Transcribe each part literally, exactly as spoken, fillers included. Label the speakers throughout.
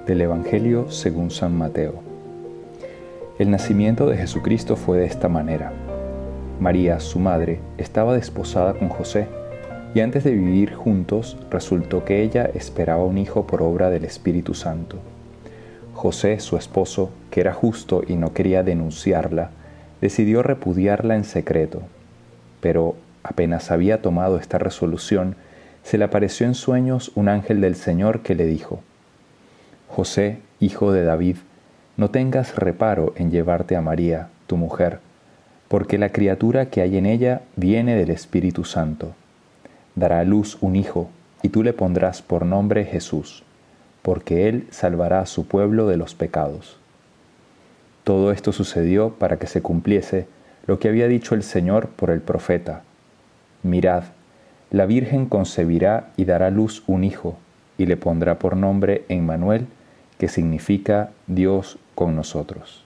Speaker 1: Del Evangelio según San Mateo. El nacimiento de Jesucristo fue de esta manera. María, su madre, estaba desposada con José, y antes de vivir juntos resultó que ella esperaba un hijo por obra del Espíritu Santo. José, su esposo, que era justo y no quería denunciarla, decidió repudiarla en secreto. Pero apenas había tomado esta resolución, se le apareció en sueños un ángel del Señor que le dijo: José, hijo de David, no tengas reparo en llevarte a María, tu mujer, porque la criatura que hay en ella viene del Espíritu Santo. Dará a luz un hijo, y tú le pondrás por nombre Jesús, porque él salvará a su pueblo de los pecados. Todo esto sucedió para que se cumpliese lo que había dicho el Señor por el profeta: Mirad, la Virgen concebirá y dará a luz un hijo, y le pondrá por nombre Emmanuel, que significa Dios con nosotros.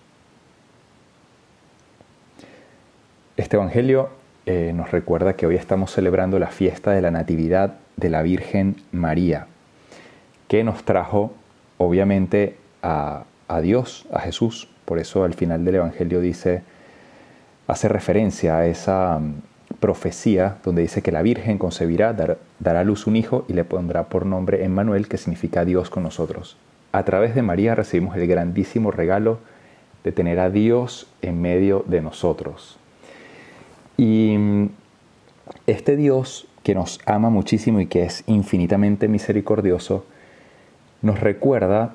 Speaker 1: Este Evangelio eh, nos recuerda que hoy estamos celebrando la fiesta de la Natividad de la Virgen María, que nos trajo obviamente a, a Dios, a Jesús. Por eso al final del Evangelio dice, hace referencia a esa um, profecía donde dice que la Virgen concebirá, dar, dará a luz un hijo y le pondrá por nombre Emmanuel, que significa Dios con nosotros. A través de María recibimos el grandísimo regalo de tener a Dios en medio de nosotros. Y este Dios que nos ama muchísimo y que es infinitamente misericordioso, nos recuerda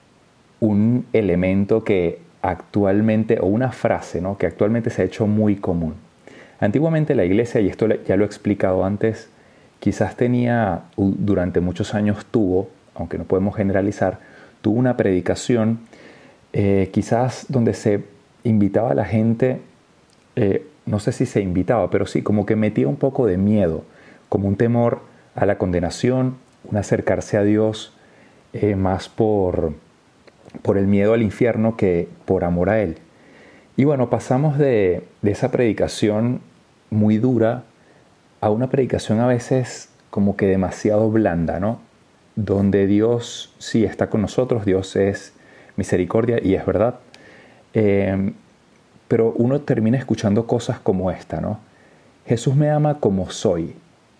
Speaker 1: un elemento que actualmente, o una frase, ¿no?, que actualmente se ha hecho muy común. Antiguamente la Iglesia, y esto ya lo he explicado antes, quizás tenía, durante muchos años tuvo, aunque no podemos generalizar, tuvo una predicación, eh, quizás donde se invitaba a la gente, eh, no sé si se invitaba, pero sí, como que metía un poco de miedo, como un temor a la condenación, un acercarse a Dios eh, más por, por el miedo al infierno que por amor a Él. Y bueno, pasamos de, de esa predicación muy dura a una predicación a veces como que demasiado blanda, ¿no? Donde Dios sí está con nosotros, Dios es misericordia y es verdad. Eh, pero uno termina escuchando cosas como esta, ¿no? Jesús me ama como soy.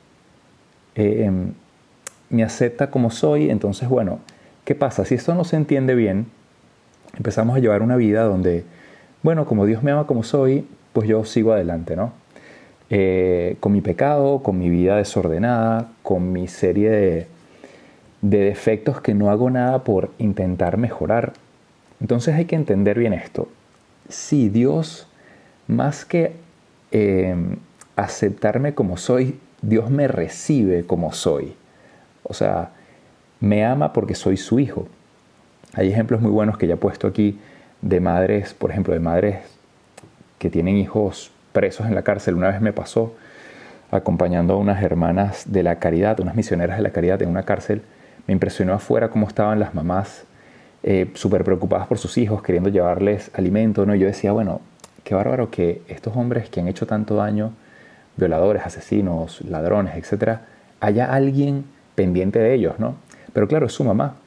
Speaker 1: Eh, me acepta como soy, entonces, bueno, ¿qué pasa? Si esto no se entiende bien, empezamos a llevar una vida donde, bueno, como Dios me ama como soy, pues yo sigo adelante, ¿no? Eh, con mi pecado, con mi vida desordenada, con mi serie de... de defectos que no hago nada por intentar mejorar. Entonces hay que entender bien esto. Si Dios, más que eh, aceptarme como soy, Dios me recibe como soy. O sea, me ama porque soy su hijo. Hay ejemplos muy buenos que ya he puesto aquí de madres, por ejemplo, de madres que tienen hijos presos en la cárcel. Una vez me pasó acompañando a unas hermanas de la caridad, unas misioneras de la caridad en una cárcel. Me impresionó afuera cómo estaban las mamás eh, súper preocupadas por sus hijos, queriendo llevarles alimento, ¿no? Y yo decía, bueno, qué bárbaro que estos hombres que han hecho tanto daño, violadores, asesinos, ladrones, etcétera, haya alguien pendiente de ellos, ¿no? Pero claro, es su mamá.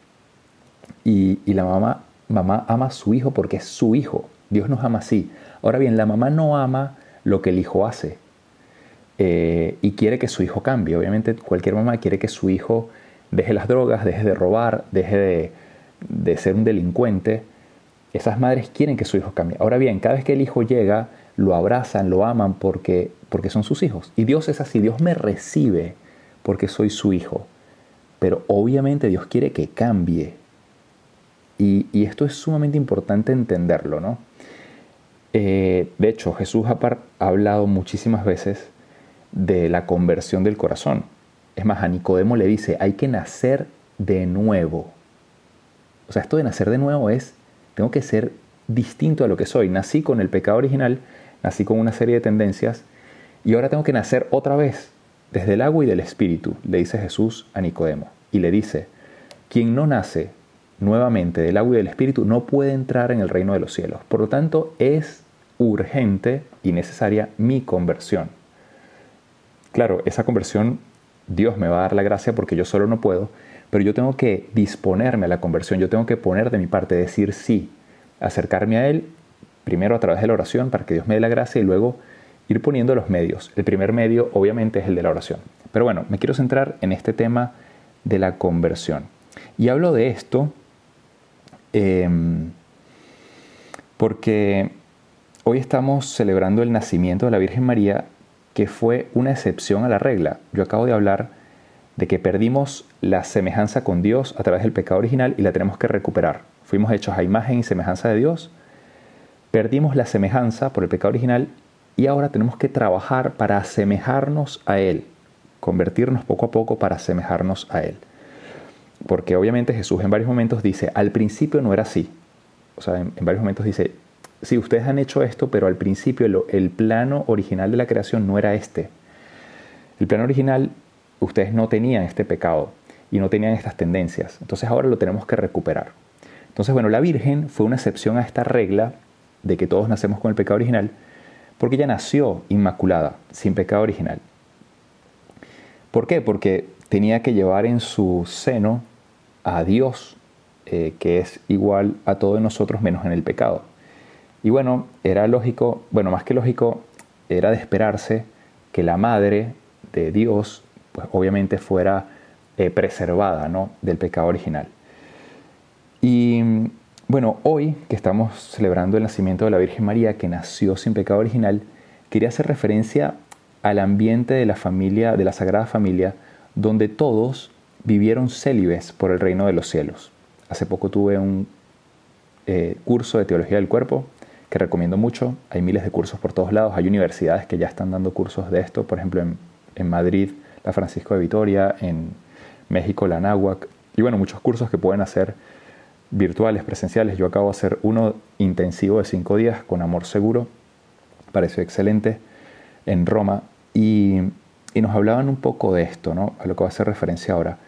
Speaker 1: Y, y la mamá, mamá ama a su hijo porque es su hijo. Dios nos ama así. Ahora bien, la mamá no ama lo que el hijo hace. Eh, y quiere que su hijo cambie. Obviamente cualquier mamá quiere que su hijo deje las drogas, deje de robar, deje de, de ser un delincuente. Esas madres quieren que su hijo cambie. Ahora bien, cada vez que el hijo llega, lo abrazan, lo aman porque, porque son sus hijos. Y Dios es así, Dios me recibe porque soy su hijo. Pero obviamente Dios quiere que cambie. Y, y esto es sumamente importante entenderlo, ¿no? Eh, de hecho, Jesús ha, par, ha hablado muchísimas veces de la conversión del corazón. Es más, a Nicodemo le dice, hay que nacer de nuevo. O sea, esto de nacer de nuevo es, tengo que ser distinto a lo que soy. Nací con el pecado original, nací con una serie de tendencias, y ahora tengo que nacer otra vez, desde el agua y del Espíritu, le dice Jesús a Nicodemo. Y le dice, quien no nace nuevamente del agua y del Espíritu no puede entrar en el reino de los cielos. Por lo tanto, es urgente y necesaria mi conversión. Claro, esa conversión Dios me va a dar la gracia porque yo solo no puedo, pero yo tengo que disponerme a la conversión, yo tengo que poner de mi parte, decir sí, acercarme a Él, primero a través de la oración para que Dios me dé la gracia y luego ir poniendo los medios. El primer medio obviamente es el de la oración. Pero bueno, me quiero centrar en este tema de la conversión. Y hablo de esto eh, porque hoy estamos celebrando el nacimiento de la Virgen María, que fue una excepción a la regla. Yo acabo de hablar de que perdimos la semejanza con Dios a través del pecado original y la tenemos que recuperar. Fuimos hechos a imagen y semejanza de Dios, perdimos la semejanza por el pecado original y ahora tenemos que trabajar para asemejarnos a Él, convertirnos poco a poco para asemejarnos a Él. Porque obviamente Jesús en varios momentos dice, al principio no era así. O sea, en, en varios momentos dice, sí, ustedes han hecho esto, pero al principio el, el plano original de la creación no era este. El plano original, ustedes no tenían este pecado y no tenían estas tendencias. Entonces ahora lo tenemos que recuperar. Entonces, bueno, la Virgen fue una excepción a esta regla de que todos nacemos con el pecado original, porque ella nació inmaculada, sin pecado original. ¿Por qué? Porque tenía que llevar en su seno a Dios, eh, que es igual a todos nosotros menos en el pecado. Y bueno, era lógico, bueno, más que lógico, era de esperarse que la madre de Dios, pues obviamente fuera eh, preservada, ¿no?, del pecado original. Y bueno, hoy que estamos celebrando el nacimiento de la Virgen María, que nació sin pecado original, quería hacer referencia al ambiente de la familia, de la Sagrada Familia, donde todos vivieron célibes por el reino de los cielos. Hace poco tuve un eh, curso de Teología del Cuerpo que recomiendo mucho. Hay miles de cursos por todos lados. Hay universidades que ya están dando cursos de esto. Por ejemplo, en, en Madrid, la Francisco de Vitoria, en México, la Anáhuac. Y bueno, muchos cursos que pueden hacer virtuales, presenciales. Yo acabo de hacer uno intensivo de cinco días con Amor Seguro. Pareció excelente, en Roma. Y, y nos hablaban un poco de esto, ¿no?, a lo que va a hacer referencia ahora.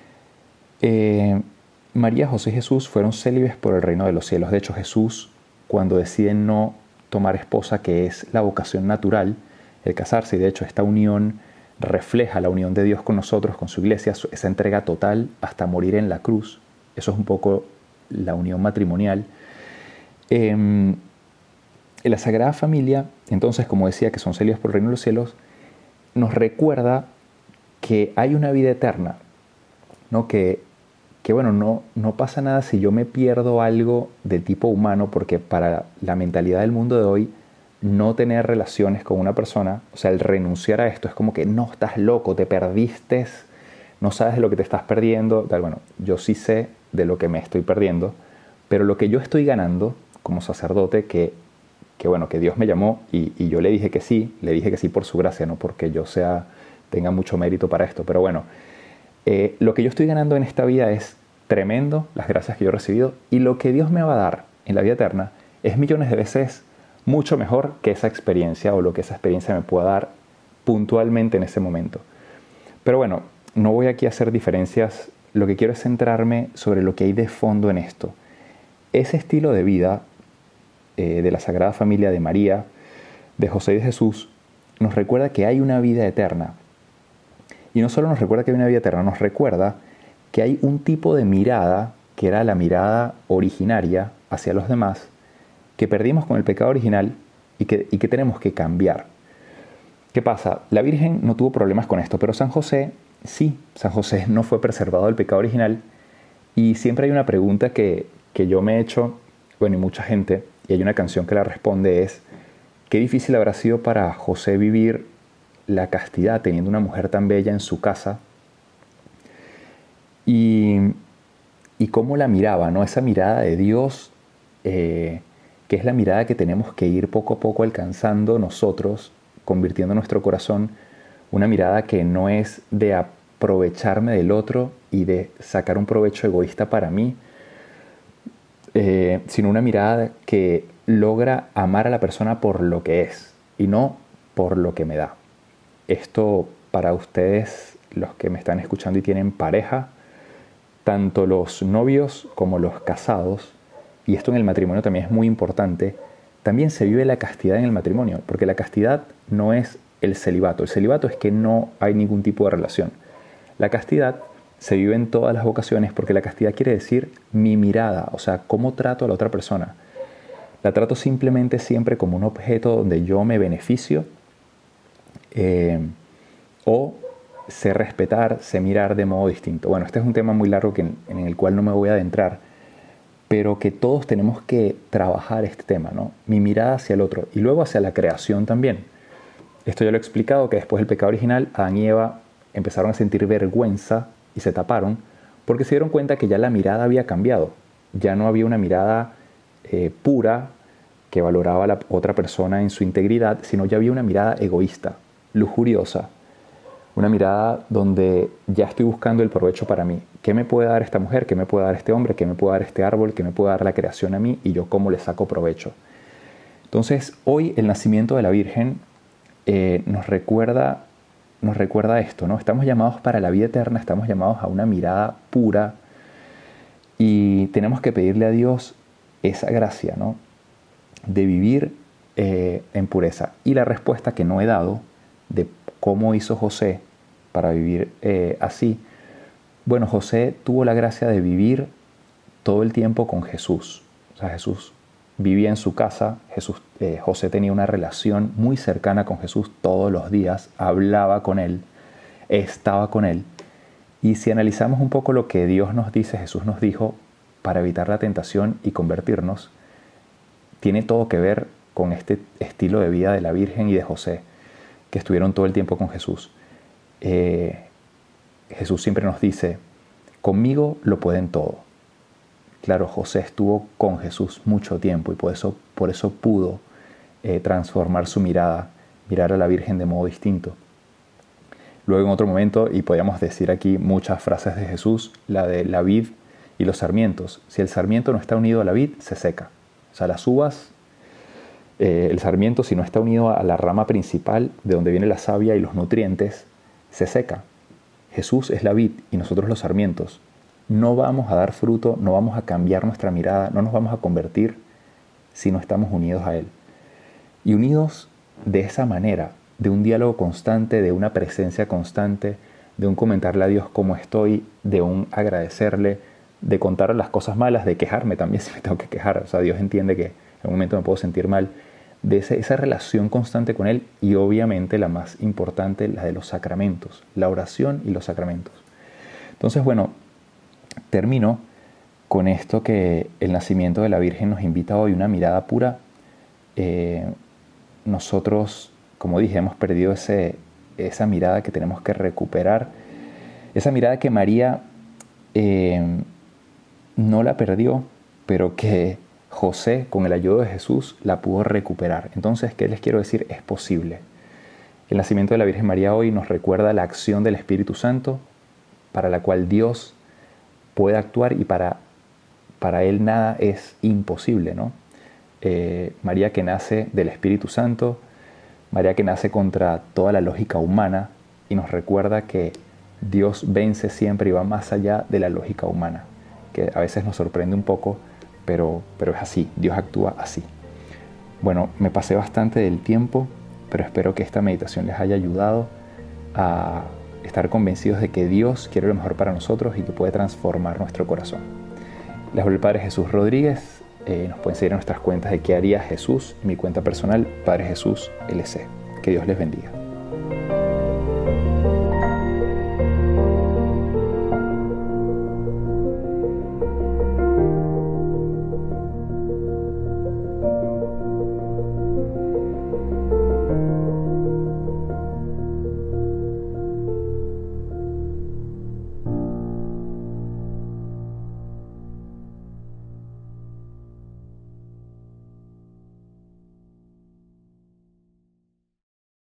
Speaker 1: Eh, María, José y Jesús fueron célibes por el reino de los cielos. De hecho, Jesús, cuando decide no tomar esposa, que es la vocación natural, el casarse, y de hecho esta unión refleja la unión de Dios con nosotros, con su iglesia, esa entrega total hasta morir en la cruz. Eso es un poco la unión matrimonial. Eh, en la Sagrada Familia, entonces, como decía, que son célibes por el reino de los cielos, nos recuerda que hay una vida eterna, ¿no?, que que bueno, no, no pasa nada si yo me pierdo algo de tipo humano, porque para la mentalidad del mundo de hoy, no tener relaciones con una persona, o sea, el renunciar a esto es como que no, estás loco, te perdiste, no sabes de lo que te estás perdiendo. Tal, bueno, yo sí sé de lo que me estoy perdiendo, pero lo que yo estoy ganando como sacerdote, que, que bueno, que Dios me llamó y, y yo le dije que sí, le dije que sí por su gracia, no porque yo sea, tenga mucho mérito para esto, pero bueno, Eh, lo que yo estoy ganando en esta vida es tremendo, las gracias que yo he recibido, y lo que Dios me va a dar en la vida eterna es millones de veces mucho mejor que esa experiencia o lo que esa experiencia me pueda dar puntualmente en ese momento. Pero bueno, no voy aquí a hacer diferencias, lo que quiero es centrarme sobre lo que hay de fondo en esto. Ese estilo de vida eh, de la Sagrada Familia de María, de José y de Jesús, nos recuerda que hay una vida eterna. Y no solo nos recuerda que hay una vida eterna, nos recuerda que hay un tipo de mirada, que era la mirada originaria hacia los demás, que perdimos con el pecado original y que, y que tenemos que cambiar. ¿Qué pasa? La Virgen no tuvo problemas con esto, pero San José sí. San José no fue preservado del pecado original. Y siempre hay una pregunta que, que yo me he hecho, bueno, y mucha gente, y hay una canción que la responde, es qué difícil habrá sido para José vivir la castidad teniendo una mujer tan bella en su casa, y, y cómo la miraba, ¿no? Esa mirada de Dios, eh, que es la mirada que tenemos que ir poco a poco alcanzando nosotros, convirtiendo nuestro corazón, una mirada que no es de aprovecharme del otro y de sacar un provecho egoísta para mí, eh, sino una mirada que logra amar a la persona por lo que es y no por lo que me da. Esto para ustedes, los que me están escuchando y tienen pareja, tanto los novios como los casados, y esto en el matrimonio también es muy importante, también se vive la castidad en el matrimonio, porque la castidad no es el celibato. El celibato es que no hay ningún tipo de relación. La castidad se vive en todas las vocaciones, porque la castidad quiere decir mi mirada, o sea, cómo trato a la otra persona. La trato simplemente siempre como un objeto donde yo me beneficio, eh, o sé respetar, sé mirar de modo distinto. Bueno, este es un tema muy largo que, en el cual no me voy a adentrar, pero que todos tenemos que trabajar este tema, ¿no? Mi mirada hacia el otro y luego hacia la creación también. Esto ya lo he explicado, que después del pecado original, Adán y Eva empezaron a sentir vergüenza y se taparon porque se dieron cuenta que ya la mirada había cambiado. Ya no había una mirada eh, pura que valoraba a la otra persona en su integridad, sino ya había una mirada egoísta, lujuriosa, una mirada donde ya estoy buscando el provecho para mí. ¿Qué me puede dar esta mujer? ¿Qué me puede dar este hombre? ¿Qué me puede dar este árbol? ¿Qué me puede dar la creación a mí? Y yo cómo le saco provecho. Entonces, hoy el nacimiento de la Virgen eh, nos recuerda, nos recuerda esto, ¿no? Estamos llamados para la vida eterna, estamos llamados a una mirada pura y tenemos que pedirle a Dios esa gracia, ¿no? De vivir eh, en pureza. Y la respuesta que no he dado de cómo hizo José para vivir eh, así. Bueno, José tuvo la gracia de vivir todo el tiempo con Jesús. O sea, Jesús vivía en su casa, Jesús, eh, José tenía una relación muy cercana con Jesús todos los días, hablaba con él, estaba con él. Y si analizamos un poco lo que Dios nos dice, Jesús nos dijo, para evitar la tentación y convertirnos, tiene todo que ver con este estilo de vida de la Virgen y de José, que estuvieron todo el tiempo con Jesús. Eh, Jesús siempre nos dice, conmigo lo pueden todo. Claro, José estuvo con Jesús mucho tiempo y por eso, por eso pudo eh, transformar su mirada, mirar a la Virgen de modo distinto. Luego en otro momento, y podríamos decir aquí muchas frases de Jesús, la de la vid y los sarmientos. Si el sarmiento no está unido a la vid, se seca. O sea, las uvas, eh, el sarmiento, si no está unido a la rama principal de donde viene la savia y los nutrientes, se seca. Jesús es la vid y nosotros los sarmientos. No vamos a dar fruto, no vamos a cambiar nuestra mirada, no nos vamos a convertir si no estamos unidos a Él. Y unidos de esa manera, de un diálogo constante, de una presencia constante, de un comentarle a Dios cómo estoy, de un agradecerle, de contar las cosas malas, de quejarme también si me tengo que quejar. O sea, Dios entiende que en un momento me puedo sentir mal. De ese, esa relación constante con Él y obviamente la más importante, la de los sacramentos, la oración y los sacramentos. Entonces, bueno, termino con esto que el nacimiento de la Virgen nos invita hoy, una mirada pura. Eh, nosotros, como dije, hemos perdido ese, esa mirada que tenemos que recuperar, esa mirada que María eh, no la perdió, pero que José, con el ayuda de Jesús, la pudo recuperar. Entonces, ¿qué les quiero decir? Es posible. El nacimiento de la Virgen María hoy nos recuerda la acción del Espíritu Santo, para la cual Dios puede actuar y para, para Él nada es imposible, ¿no? Eh, María que nace del Espíritu Santo, María que nace contra toda la lógica humana y nos recuerda que Dios vence siempre y va más allá de la lógica humana, que a veces nos sorprende un poco, pero, pero es así, Dios actúa así. Bueno, me pasé bastante del tiempo, pero espero que esta meditación les haya ayudado a estar convencidos de que Dios quiere lo mejor para nosotros y que puede transformar nuestro corazón. Les hablo el Padre Jesús Rodríguez. Eh, nos pueden seguir en nuestras cuentas de ¿Qué haría Jesús? Mi cuenta personal, Padre Jesús L C. Que Dios les bendiga.